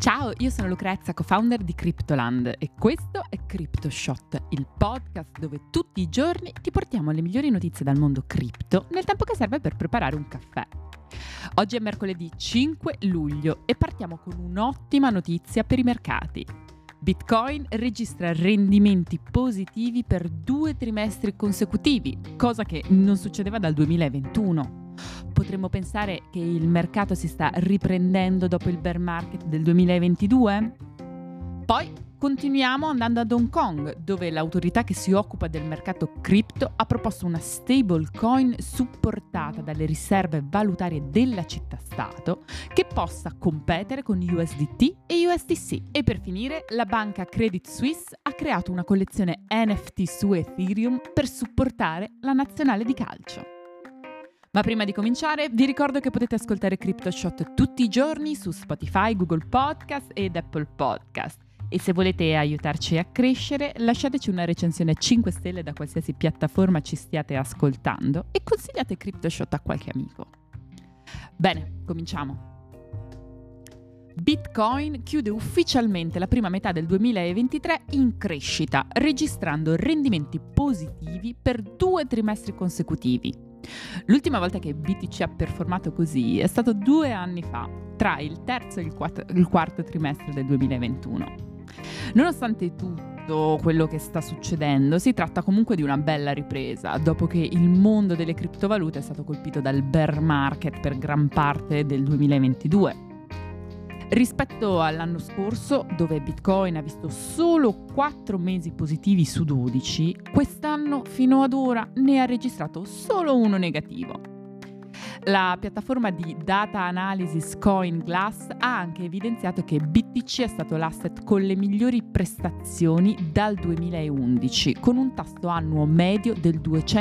Ciao, io sono Lucrezia, co-founder di Cryptoland e questo è CryptoShot, il podcast dove tutti i giorni ti portiamo le migliori notizie dal mondo cripto nel tempo che serve per preparare un caffè. Oggi è mercoledì 5 luglio e partiamo con un'ottima notizia per i mercati. Bitcoin registra rendimenti positivi per 2 trimestri consecutivi, cosa che non succedeva dal 2021. Potremmo pensare che il mercato si sta riprendendo dopo il bear market del 2022? Poi continuiamo andando ad Hong Kong, dove l'autorità che si occupa del mercato cripto ha proposto una stablecoin supportata dalle riserve valutarie della città-stato che possa competere con USDT e USDC. E per finire, la banca Credit Suisse ha creato una collezione NFT su Ethereum per supportare la nazionale di calcio. Ma prima di cominciare vi ricordo che potete ascoltare CryptoShot tutti i giorni su Spotify, Google Podcast ed Apple Podcast. E se volete aiutarci a crescere, lasciateci una recensione 5 stelle da qualsiasi piattaforma ci stiate ascoltando e consigliate CryptoShot a qualche amico. Bene, cominciamo. Bitcoin chiude ufficialmente la prima metà del 2023 in crescita, registrando rendimenti positivi per 2 trimestri consecutivi. L'ultima volta che BTC ha performato così è stato 2 anni fa, tra il terzo e il quarto trimestre del 2021. Nonostante tutto quello che sta succedendo, si tratta comunque di una bella ripresa, dopo che il mondo delle criptovalute è stato colpito dal bear market per gran parte del 2022. Rispetto all'anno scorso, dove Bitcoin ha visto solo 4 mesi positivi su 12, quest'anno fino ad ora ne ha registrato solo uno negativo. La piattaforma di data analysis CoinGlass ha anche evidenziato che BTC è stato l'asset con le migliori prestazioni dal 2011, con un tasso annuo medio del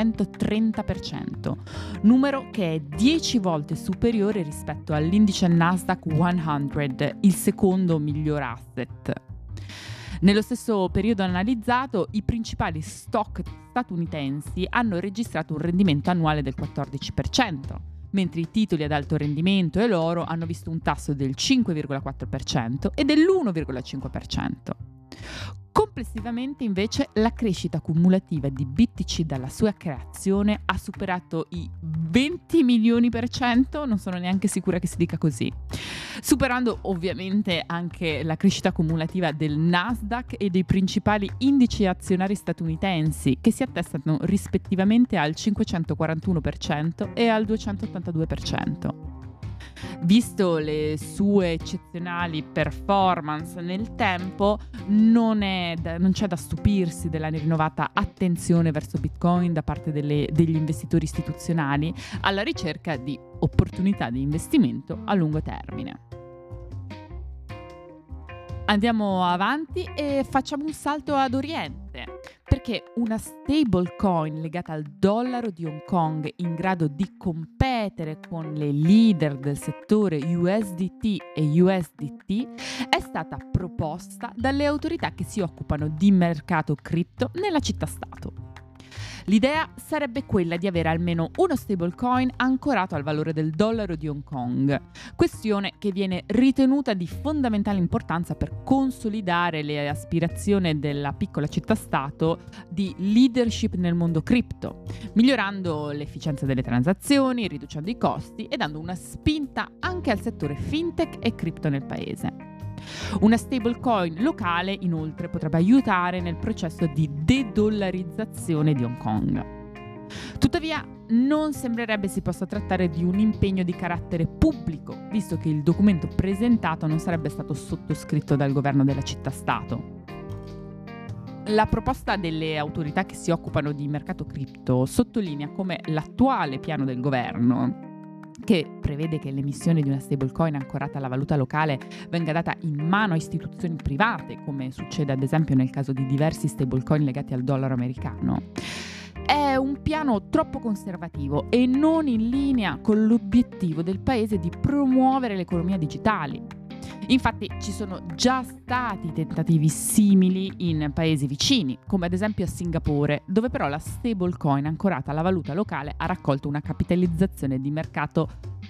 230%, numero che è 10 volte superiore rispetto all'indice Nasdaq 100, il secondo miglior asset. Nello stesso periodo analizzato, i principali stock statunitensi hanno registrato un rendimento annuale del 14%, mentre i titoli ad alto rendimento e l'oro hanno visto un tasso del 5,4% e dell'1,5%. Complessivamente, invece, la crescita cumulativa di BTC dalla sua creazione ha superato i 20 milioni %, non sono neanche sicura che si dica così, superando ovviamente anche la crescita cumulativa del Nasdaq e dei principali indici azionari statunitensi, che si attestano rispettivamente al 541% e al 282%. Visto le sue eccezionali performance nel tempo, non c'è da stupirsi della rinnovata attenzione verso Bitcoin da parte degli investitori istituzionali alla ricerca di opportunità di investimento a lungo termine. Andiamo avanti e facciamo un salto ad Oriente, perché una stablecoin legata al dollaro di Hong Kong in grado di competere con le leader del settore USDT e USDT è stata proposta dalle autorità che si occupano di mercato cripto nella città-stato. L'idea sarebbe quella di avere almeno uno stablecoin ancorato al valore del dollaro di Hong Kong, questione che viene ritenuta di fondamentale importanza per consolidare le aspirazioni della piccola città-stato di leadership nel mondo cripto, migliorando l'efficienza delle transazioni, riducendo i costi e dando una spinta anche al settore fintech e cripto nel paese. Una stablecoin locale, inoltre, potrebbe aiutare nel processo di de-dollarizzazione di Hong Kong. Tuttavia, non sembrerebbe si possa trattare di un impegno di carattere pubblico, visto che il documento presentato non sarebbe stato sottoscritto dal governo della città-stato. La proposta delle autorità che si occupano di mercato cripto sottolinea come l'attuale piano del governo, che prevede che l'emissione di una stablecoin ancorata alla valuta locale venga data in mano a istituzioni private, come succede ad esempio nel caso di diversi stablecoin legati al dollaro americano, è un piano troppo conservativo e non in linea con l'obiettivo del paese di promuovere l'economia digitale. Infatti ci sono già stati tentativi simili in paesi vicini, come ad esempio a Singapore, dove però la stablecoin ancorata alla valuta locale ha raccolto una capitalizzazione di mercato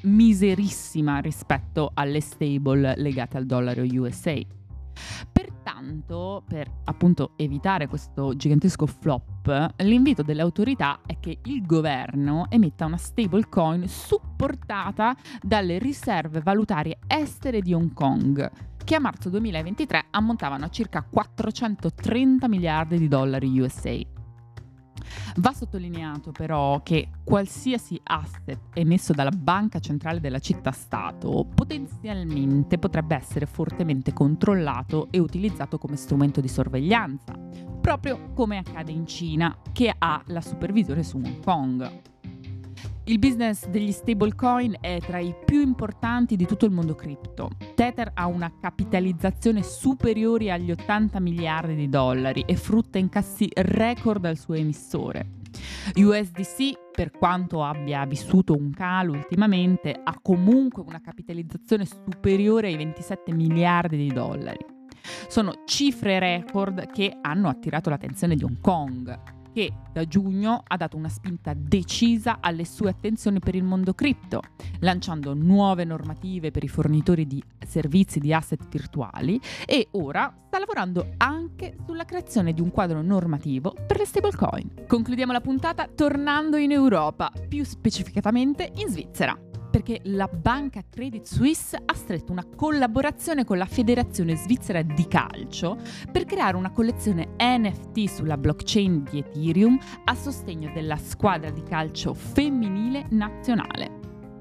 miserissima rispetto alle stable legate al dollaro USA. Pertanto, per appunto evitare questo gigantesco flop, l'invito delle autorità è che il governo emetta una stablecoin supportata dalle riserve valutarie estere di Hong Kong, che a marzo 2023 ammontavano a circa 430 miliardi di dollari USA. Va sottolineato però che qualsiasi asset emesso dalla banca centrale della città-stato potenzialmente potrebbe essere fortemente controllato e utilizzato come strumento di sorveglianza, proprio come accade in Cina, che ha la supervisione su Hong Kong. Il business degli stablecoin è tra i più importanti di tutto il mondo cripto. Tether ha una capitalizzazione superiore agli 80 miliardi di dollari e frutta incassi record al suo emissore. USDC, per quanto abbia vissuto un calo ultimamente, ha comunque una capitalizzazione superiore ai 27 miliardi di dollari. Sono cifre record che hanno attirato l'attenzione di Hong Kong, che da giugno ha dato una spinta decisa alle sue attenzioni per il mondo cripto, lanciando nuove normative per i fornitori di servizi di asset virtuali e ora sta lavorando anche sulla creazione di un quadro normativo per le stablecoin. Concludiamo la puntata tornando in Europa, più specificatamente in Svizzera, perché la banca Credit Suisse ha stretto una collaborazione con la Federazione Svizzera di Calcio per creare una collezione NFT sulla blockchain di Ethereum a sostegno della squadra di calcio femminile nazionale.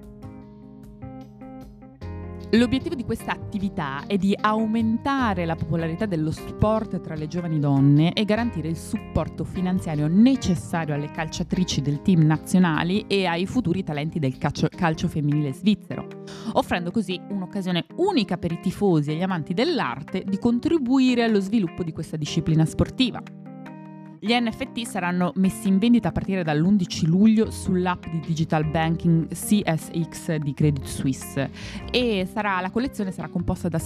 L'obiettivo di questa attività è di aumentare la popolarità dello sport tra le giovani donne e garantire il supporto finanziario necessario alle calciatrici del team nazionali e ai futuri talenti del calcio femminile svizzero, offrendo così un'occasione unica per i tifosi e gli amanti dell'arte di contribuire allo sviluppo di questa disciplina sportiva. Gli NFT saranno messi in vendita a partire dall'11 luglio sull'app di digital banking CSX di Credit Suisse e la collezione sarà composta da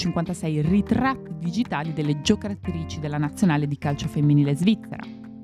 756 ritratti digitali delle giocatrici della nazionale di calcio femminile svizzera.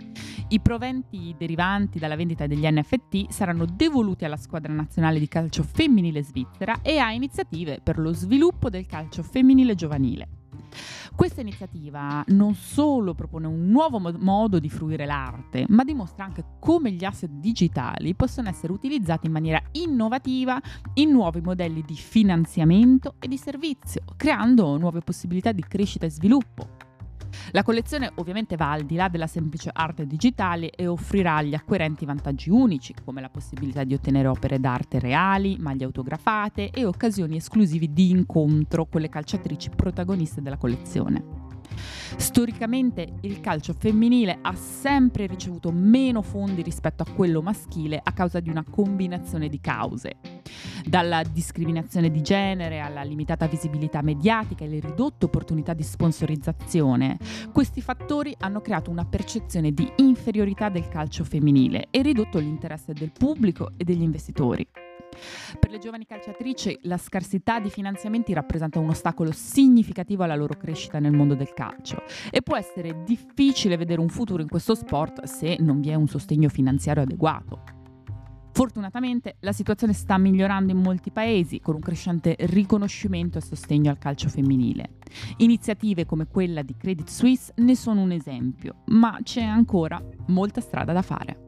I proventi derivanti dalla vendita degli NFT saranno devoluti alla squadra nazionale di calcio femminile svizzera e a iniziative per lo sviluppo del calcio femminile giovanile. Questa iniziativa non solo propone un nuovo modo di fruire l'arte, ma dimostra anche come gli asset digitali possono essere utilizzati in maniera innovativa in nuovi modelli di finanziamento e di servizio, creando nuove possibilità di crescita e sviluppo. La collezione ovviamente va al di là della semplice arte digitale e offrirà agli acquirenti vantaggi unici, come la possibilità di ottenere opere d'arte reali, maglie autografate e occasioni esclusive di incontro con le calciatrici protagoniste della collezione. Storicamente il calcio femminile ha sempre ricevuto meno fondi rispetto a quello maschile a causa di una combinazione di cause. Dalla discriminazione di genere alla limitata visibilità mediatica e le ridotte opportunità di sponsorizzazione, questi fattori hanno creato una percezione di inferiorità del calcio femminile e ridotto l'interesse del pubblico e degli investitori. Per le giovani calciatrici la scarsità di finanziamenti rappresenta un ostacolo significativo alla loro crescita nel mondo del calcio e può essere difficile vedere un futuro in questo sport se non vi è un sostegno finanziario adeguato. Fortunatamente la situazione sta migliorando in molti paesi con un crescente riconoscimento e sostegno al calcio femminile. Iniziative come quella di Credit Suisse ne sono un esempio, ma c'è ancora molta strada da fare.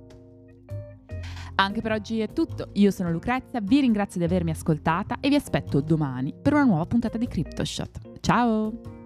Anche per oggi è tutto, io sono Lucrezia, vi ringrazio di avermi ascoltata e vi aspetto domani per una nuova puntata di CryptoShot. Ciao!